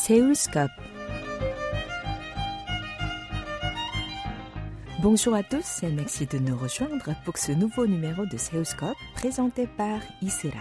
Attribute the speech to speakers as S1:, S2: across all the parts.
S1: Séoulscope. Bonjour à tous et merci de nous rejoindre pour ce nouveau numéro de Séoulscope présenté par Isera.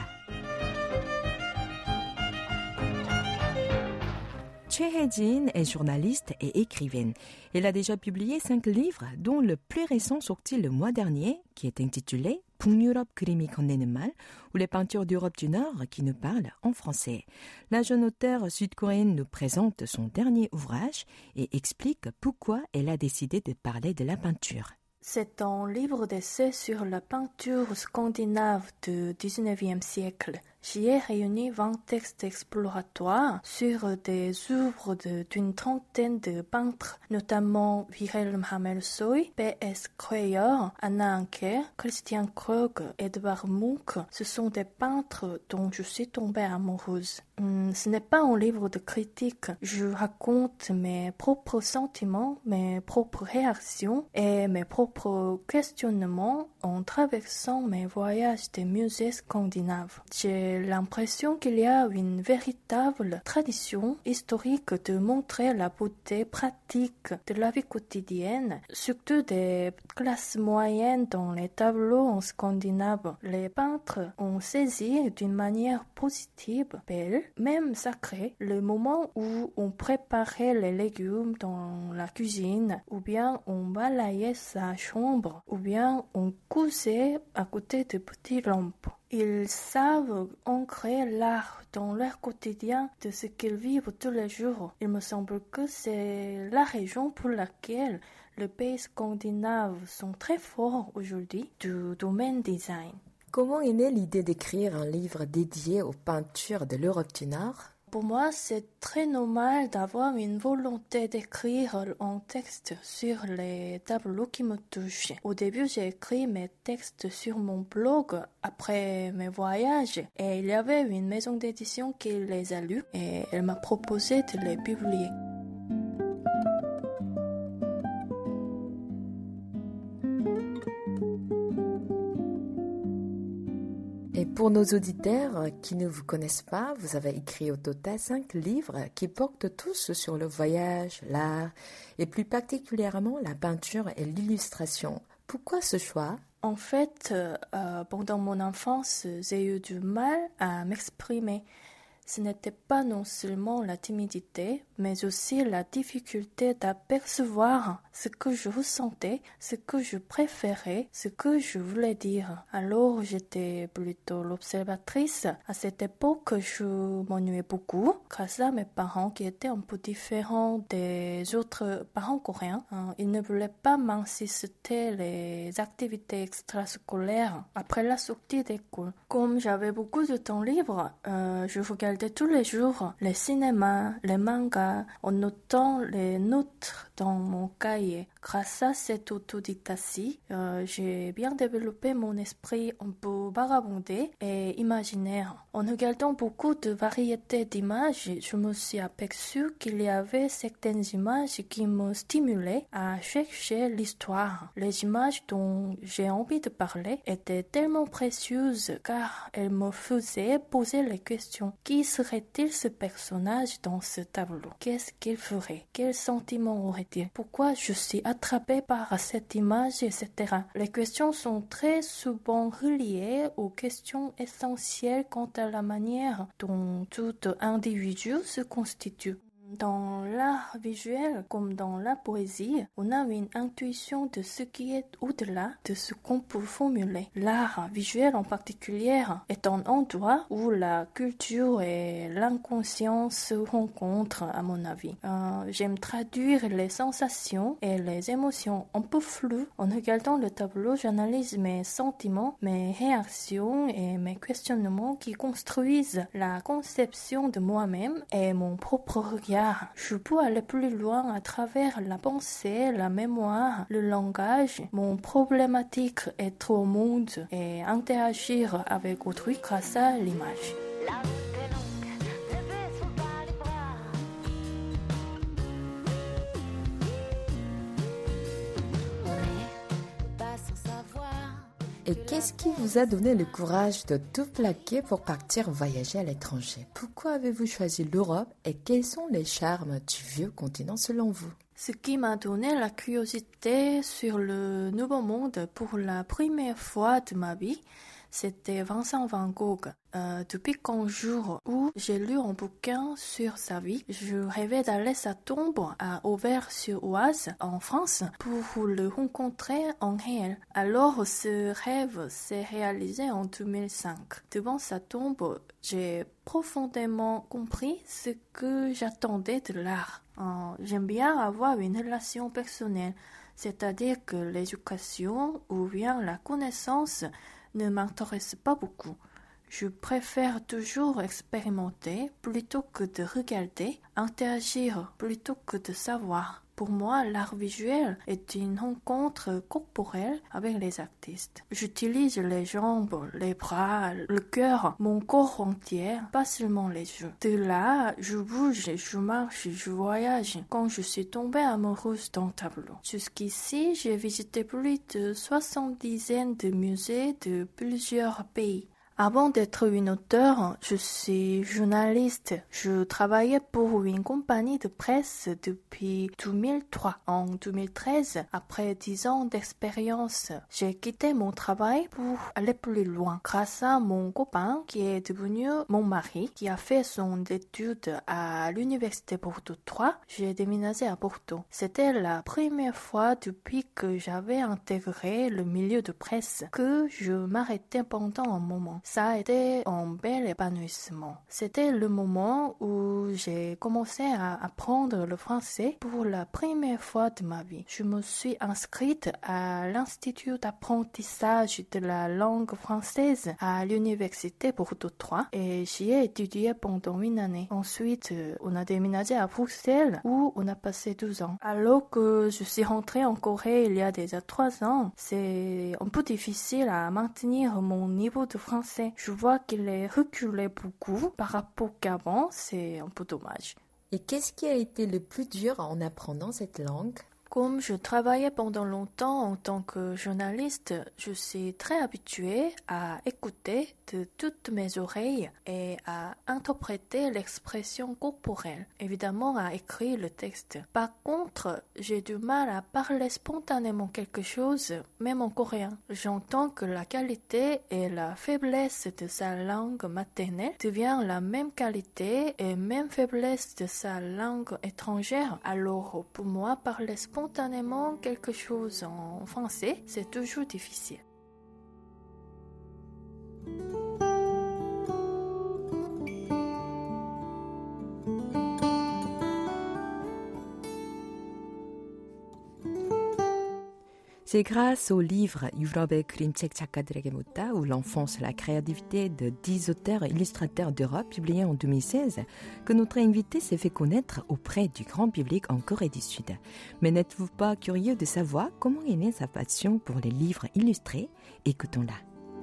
S1: Choi Hae-jin est journaliste et écrivaine. Elle a déjà publié 5 livres, dont le plus récent sorti le mois dernier, qui est intitulé 북유럽 그림이 건네는 말, ou les peintures d'Europe du Nord qui nous parlent en français. La jeune auteure sud-coréenne nous présente son dernier ouvrage et explique pourquoi elle a décidé de parler de la peinture.
S2: C'est un livre d'essai sur la peinture scandinave du XIXe siècle. J'y ai réuni 20 textes exploratoires sur des œuvres d'une trentaine de peintres, notamment Wilhelm Hammershøi, P.S. Krøyer, Anna Anker, Christian Krog, Edvard Munch. Ce sont des peintres dont je suis tombée amoureuse. Ce n'est pas un livre de critique. Je raconte mes propres sentiments, mes propres réactions et mes propres questionnements en traversant mes voyages des musées scandinaves. J'ai l'impression qu'il y a une véritable tradition historique de montrer la beauté pratique de la vie quotidienne, surtout des classes moyennes dans les tableaux en scandinave. Les peintres ont saisi d'une manière positive, belle, même sacrée, le moment où on préparait les légumes dans la cuisine, ou bien on balayait sa chambre, ou bien on cousait à côté de petites lampes. Ils savent ancrer l'art dans leur quotidien de ce qu'ils vivent tous les jours. Il me semble que c'est la raison pour laquelle les pays scandinaves sont très forts aujourd'hui du domaine design.
S1: Comment est née l'idée d'écrire un livre dédié aux peintures de l'Europe du Nord ?
S2: Pour moi, c'est très normal d'avoir une volonté d'écrire un texte sur les tableaux qui me touchent. Au début, j'ai écrit mes textes sur mon blog après mes voyages et il y avait une maison d'édition qui les a lus et elle m'a proposé de les publier.
S1: Et pour nos auditeurs qui ne vous connaissent pas, vous avez écrit au total 5 livres qui portent tous sur le voyage, l'art et plus particulièrement la peinture et l'illustration. Pourquoi ce choix ?
S2: En fait, pendant mon enfance, j'ai eu du mal à m'exprimer. Ce n'était pas non seulement la timidité, mais aussi la difficulté d'apercevoir ce que je ressentais, ce que je préférais, ce que je voulais dire. Alors j'étais plutôt l'observatrice. À cette époque, je m'ennuyais beaucoup grâce à mes parents qui étaient un peu différents des autres parents coréens. Ils ne voulaient pas m'inciter les activités extrascolaires après la sortie d'école. Comme j'avais beaucoup de temps libre, je regardais tous les jours les cinémas, les mangas, en notant les notes dans mon cahier. Grâce à cette autodidactie, j'ai bien développé mon esprit un peu vagabondé et imaginaire. En regardant beaucoup de variétés d'images, je me suis aperçu qu'il y avait certaines images qui me stimulaient à chercher l'histoire. Les images dont j'ai envie de parler étaient tellement précieuses car elles me faisaient poser les questions. Qui serait-il ce personnage dans ce tableau? Qu'est-ce qu'il ferait? Quels sentiments aurait-il? Pourquoi je suis attrapée par cette image, etc. Les questions sont très souvent reliées aux questions essentielles quant à la manière dont tout individu se constitue. Dans l'art visuel comme dans la poésie, on a une intuition de ce qui est au-delà de ce qu'on peut formuler. L'art visuel en particulier est un endroit où la culture et l'inconscient se rencontrent, à mon avis. J'aime traduire les sensations et les émotions un peu floues. En regardant le tableau, j'analyse mes sentiments, mes réactions et mes questionnements qui construisent la conception de moi-même et mon propre regard. Je peux aller plus loin à travers la pensée, la mémoire, le langage, mon problématique être au monde et interagir avec autrui grâce à l'image.
S1: Et qu'est-ce qui vous a donné le courage de tout plaquer pour partir voyager à l'étranger? Pourquoi avez-vous choisi l'Europe et quels sont les charmes du vieux continent selon vous?
S2: Ce qui m'a donné la curiosité sur le Nouveau Monde pour la première fois de ma vie, c'était Vincent van Gogh. Depuis 15 jours où j'ai lu un bouquin sur sa vie, je rêvais d'aller à sa tombe à Auvers-sur-Oise, en France, pour le rencontrer en réel. Alors ce rêve s'est réalisé en 2005. Devant sa tombe, j'ai profondément compris ce que j'attendais de l'art. J'aime bien avoir une relation personnelle, c'est-à-dire que l'éducation ou bien la connaissance ne m'intéresse pas beaucoup. Je préfère toujours expérimenter plutôt que de regarder, interagir plutôt que de savoir. Pour moi, l'art visuel est une rencontre corporelle avec les artistes. J'utilise les jambes, les bras, le cœur, mon corps entier, pas seulement les yeux. De là, je bouge, je marche, je voyage quand je suis tombée amoureuse d'un tableau. Jusqu'ici, j'ai visité plus de 70 de musées de plusieurs pays. Avant d'être une auteure, je suis journaliste. Je travaillais pour une compagnie de presse depuis 2003. En 2013, après 10 ans d'expérience, j'ai quitté mon travail pour aller plus loin. Grâce à mon copain qui est devenu mon mari, qui a fait son étude à l'université Bordeaux 3, j'ai déménagé à Bordeaux. C'était la première fois depuis que j'avais intégré le milieu de presse que je m'arrêtais pendant un moment. Ça a été un bel épanouissement. C'était le moment où j'ai commencé à apprendre le français pour la première fois de ma vie. Je me suis inscrite à l'Institut d'apprentissage de la langue française à l'université Bordeaux 3 et j'y ai étudié pendant 1 année. Ensuite, on a déménagé à Bruxelles où on a passé 12 ans. Alors que je suis rentrée en Corée il y a déjà 3 ans, c'est un peu difficile à maintenir mon niveau de français. Je vois qu'il est reculé beaucoup par rapport qu'avant, c'est un peu dommage.
S1: Et qu'est-ce qui a été le plus dur en apprenant cette langue?
S2: Comme je travaillais pendant longtemps en tant que journaliste, je suis très habituée à écouter de toutes mes oreilles et à interpréter l'expression corporelle, évidemment à écrire le texte. Par contre, j'ai du mal à parler spontanément quelque chose, même en coréen. J'entends que la qualité et la faiblesse de sa langue maternelle deviennent la même qualité et même faiblesse de sa langue étrangère. Alors pour moi, parler spontanément quelque chose en français, c'est toujours difficile.
S1: C'est grâce au livre 유럽의 그림책 작가들에게 묻다 ou l'enfance et la créativité de 10 auteurs et illustrateurs d'Europe publié en 2016 que notre invité s'est fait connaître auprès du grand public en Corée du Sud. Mais n'êtes-vous pas curieux de savoir comment est née sa passion pour les livres illustrés? Écoutons-la.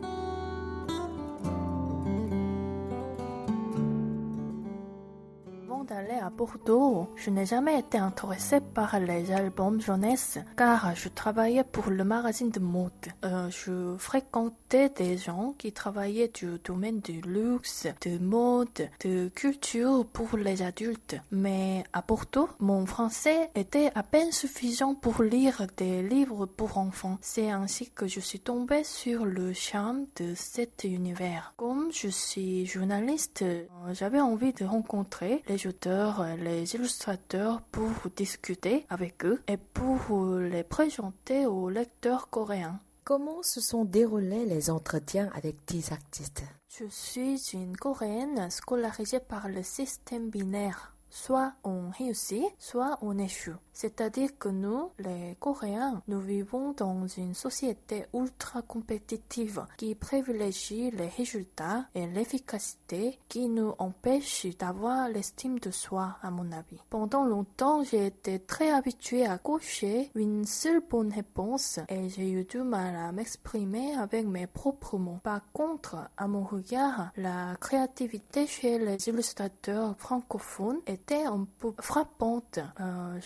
S2: D'aller à Bordeaux, je n'ai jamais été intéressée par les albums jeunesse car je travaillais pour le magazine de mode. Je fréquentais des gens qui travaillaient du domaine du luxe, de mode, de culture pour les adultes. Mais à Bordeaux, mon français était à peine suffisant pour lire des livres pour enfants. C'est ainsi que je suis tombée sur le charme de cet univers. Comme je suis journaliste, j'avais envie de rencontrer les auteurs, les illustrateurs pour discuter avec eux et pour les présenter aux lecteurs coréens.
S1: Comment se sont déroulés les entretiens avec 10 artistes?
S2: Je suis une Coréenne scolarisée par le système binaire. Soit on réussit, soit on échoue. C'est-à-dire que nous, les Coréens, nous vivons dans une société ultra compétitive qui privilégie les résultats et l'efficacité qui nous empêche d'avoir l'estime de soi, à mon avis. Pendant longtemps, j'ai été très habituée à cocher une seule bonne réponse et j'ai eu du mal à m'exprimer avec mes propres mots. Par contre, à mon regard, la créativité chez les illustrateurs francophones était un peu frappante. J'ai voulu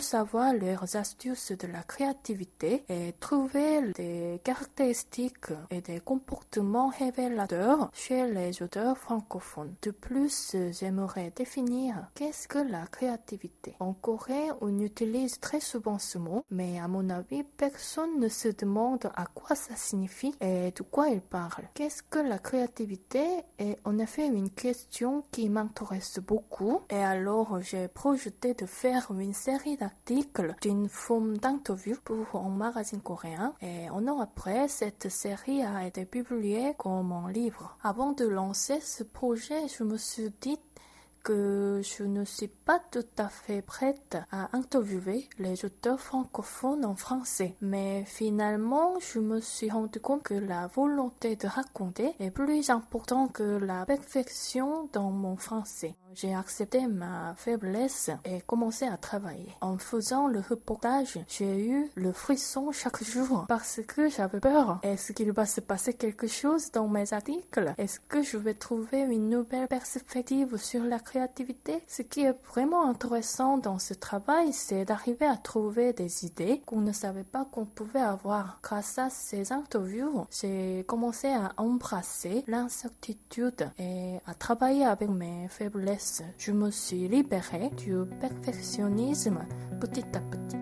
S2: savoir leurs astuces de la créativité et trouver des caractéristiques et des comportements révélateurs chez les auteurs francophones. De plus, j'aimerais définir qu'est-ce que la créativité. En Corée, on utilise très souvent ce mot, mais à mon avis, personne ne se demande à quoi ça signifie et de quoi il parle. Qu'est-ce que la créativité est en effet une question qui m'intéresse beaucoup et alors j'ai projeté de faire une série d'articles d'une forme d'interview pour un magazine coréen et un an après, cette série a été publiée comme un livre. Avant de lancer ce projet, je me suis dit que je ne suis pas tout à fait prête à interviewer les auteurs francophones en français. Mais finalement, je me suis rendu compte que la volonté de raconter est plus importante que la perfection dans mon français. J'ai accepté ma faiblesse et commencé à travailler. En faisant le reportage, j'ai eu le frisson chaque jour parce que j'avais peur. Est-ce qu'il va se passer quelque chose dans mes articles? Est-ce que je vais trouver une nouvelle perspective sur la créativité? Ce qui est vraiment intéressant dans ce travail, c'est d'arriver à trouver des idées qu'on ne savait pas qu'on pouvait avoir. Grâce à ces interviews, j'ai commencé à embrasser l'incertitude et à travailler avec mes faiblesses. Je me suis libérée du perfectionnisme petit à petit.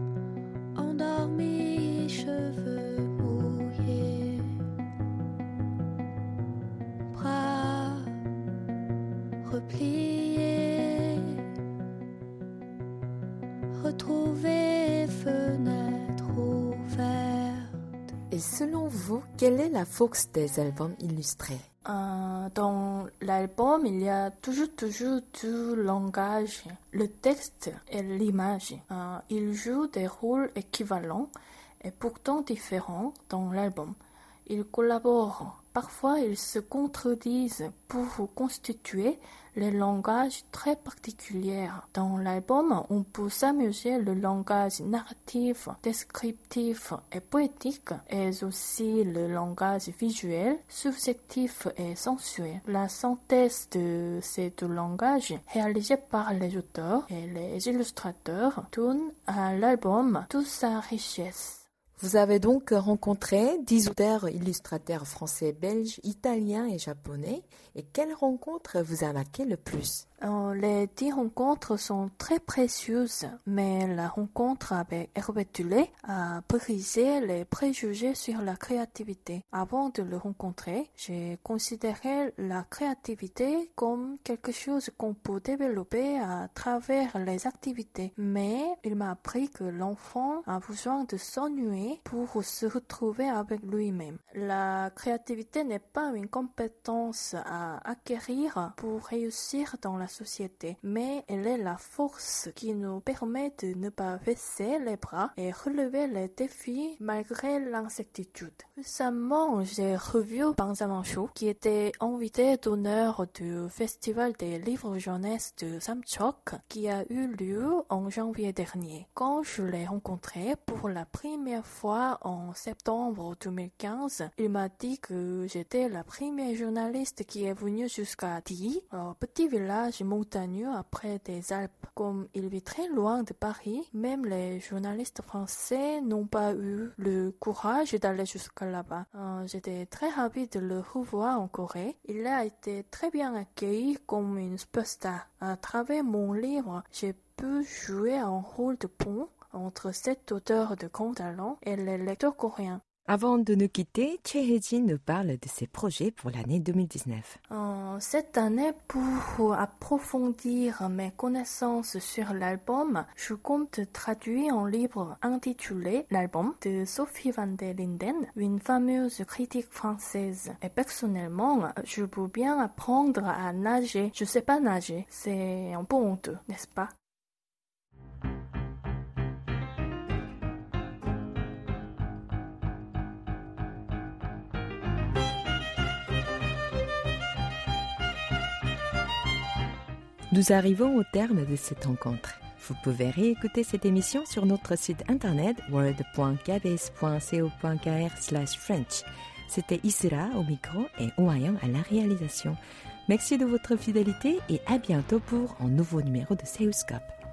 S3: Endormi, cheveux mouillés, bras repliés, retrouver fenêtre ouverte.
S1: Et selon vous, quelle est la force des albums illustrés?
S2: Dans l'album, il y a toujours du langage, le texte et l'image. Ils jouent des rôles équivalents et pourtant différents dans l'album. Ils collaborent. Parfois, ils se contredisent pour constituer les langages très particuliers. Dans l'album, on peut s'amuser le langage narratif, descriptif et poétique, et aussi le langage visuel, subjectif et sensuel. La synthèse de ces deux langages, réalisée par les auteurs et les illustrateurs, donne à l'album toute sa richesse.
S1: Vous avez donc rencontré 10 auteurs illustrateurs français, belges, italiens et japonais. Et quelle rencontre vous a marqué le plus?
S2: Les 10 rencontres sont très précieuses, mais la rencontre avec Hervé Tullet a brisé les préjugés sur la créativité. Avant de le rencontrer, j'ai considéré la créativité comme quelque chose qu'on peut développer à travers les activités. Mais il m'a appris que l'enfant a besoin de s'ennuyer pour se retrouver avec lui-même. La créativité n'est pas une compétence à acquérir pour réussir dans la société, mais elle est la force qui nous permet de ne pas baisser les bras et relever les défis malgré l'incertitude. Récemment, j'ai revu Benjamin Cho, qui était invité d'honneur du Festival des livres jeunesse de Samcheok, qui a eu lieu en janvier dernier. Quand je l'ai rencontré pour la première fois en septembre 2015, il m'a dit que j'étais la première journaliste qui est venue jusqu'à Di, un petit village montagneux après des Alpes. Comme il vit très loin de Paris, même les journalistes français n'ont pas eu le courage d'aller jusqu'à là-bas. J'étais très ravie de le revoir en Corée. Il a été très bien accueilli comme une superstar. À travers mon livre, j'ai pu jouer un rôle de pont entre cet auteur de grand talent et les lecteurs coréens.
S1: Avant de nous quitter, Choi Hae-jin nous parle de ses projets pour l'année 2019.
S2: Cette année, pour approfondir mes connaissances sur l'album, je compte traduire un livre intitulé L'album de Sophie van der Linden, une fameuse critique française. Et personnellement, je veux bien apprendre à nager. Je sais pas nager, c'est un peu honteux, n'est-ce pas?
S1: Nous arrivons au terme de cette rencontre. Vous pouvez réécouter cette émission sur notre site internet world.kbs.co.kr/French. C'était Isra au micro et Ouyang à la réalisation. Merci de votre fidélité et à bientôt pour un nouveau numéro de Seoulscope.